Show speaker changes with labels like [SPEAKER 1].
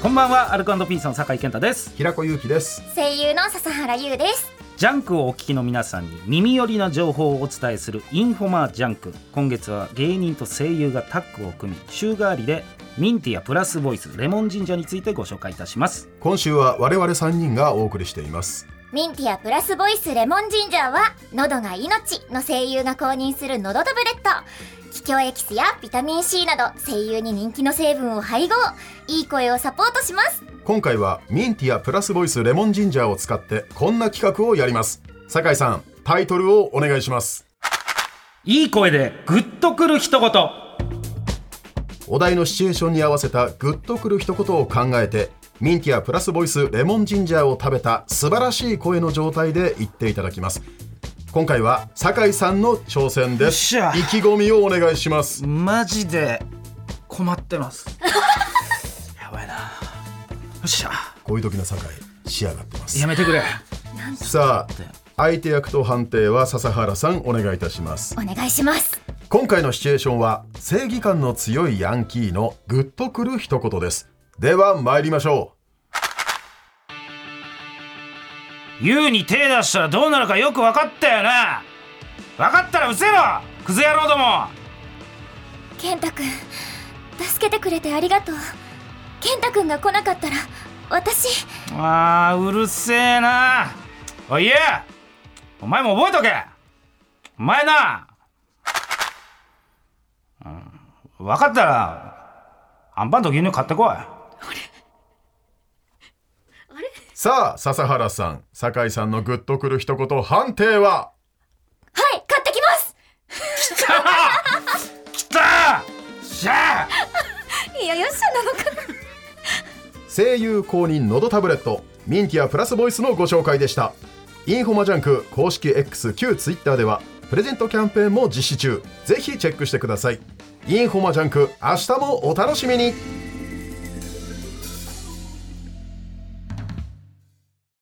[SPEAKER 1] こんばんは、アルコ&ピースの酒井健太です。
[SPEAKER 2] 平子祐希です。
[SPEAKER 3] 声優の笹原優です。
[SPEAKER 1] ジャンクをお聞きの皆さんに耳寄りな情報をお伝えするインフォマージャンク。今月は芸人と声優がタッグを組み、週替わりでミンティアプラスボイスレモンジンジャーについてご紹介いたします。
[SPEAKER 2] 今週は我々3人がお送りしています。
[SPEAKER 3] ミンティアプラスボイスレモンジンジャーは喉が命の声優が公認する喉タブレット。気境エキスやビタミン C など声優に人気の成分を配合、いい声をサポートします。
[SPEAKER 2] 今回はミンティアプラスボイスレモンジンジャーを使ってこんな企画をやります。酒井さん、タイトルをお願いします。
[SPEAKER 1] いい声でグッとくる一言。
[SPEAKER 2] お題のシチュエーションに合わせたグッとくる一言を考えて、ミンティアプラスボイスレモンジンジャーを食べた素晴らしい声の状態で言っていただきます。今回は酒井さんの挑戦です。意気込みをお願いします。
[SPEAKER 1] マジで困ってますやばいな。よっしゃ。
[SPEAKER 2] こういう時の酒井仕上がってます。
[SPEAKER 1] やめてくれ。
[SPEAKER 2] さあ、相手役と判定は笹原さんお願いいたします。
[SPEAKER 3] お願いします。
[SPEAKER 2] 今回のシチュエーションは正義感の強いヤンキーのグッとくる一言です。では参りましょう。
[SPEAKER 1] ユウに手出したらどうなるかよく分かったよな。分かったらうせろ、クズ野郎ども。
[SPEAKER 3] 健太くん、助けてくれてありがとう。健太くんが来なかったら私。
[SPEAKER 1] うるせえな。おい、いや、お前も覚えとけ。お前な、分かったらアンパンと牛乳買ってこい。
[SPEAKER 2] さあ、笹原さん、酒井さんのグッとくる一言判定は？
[SPEAKER 3] はい、買ってきます。
[SPEAKER 1] きたしゃ
[SPEAKER 3] あいや、よっしゃなのかな。
[SPEAKER 2] 声優公認喉タブレットミンティアプラスボイスのご紹介でした。インフォマジャンク公式 X 旧 Twitter ではプレゼントキャンペーンも実施中。ぜひチェックしてください。インフォマジャンク、明日もお楽しみに。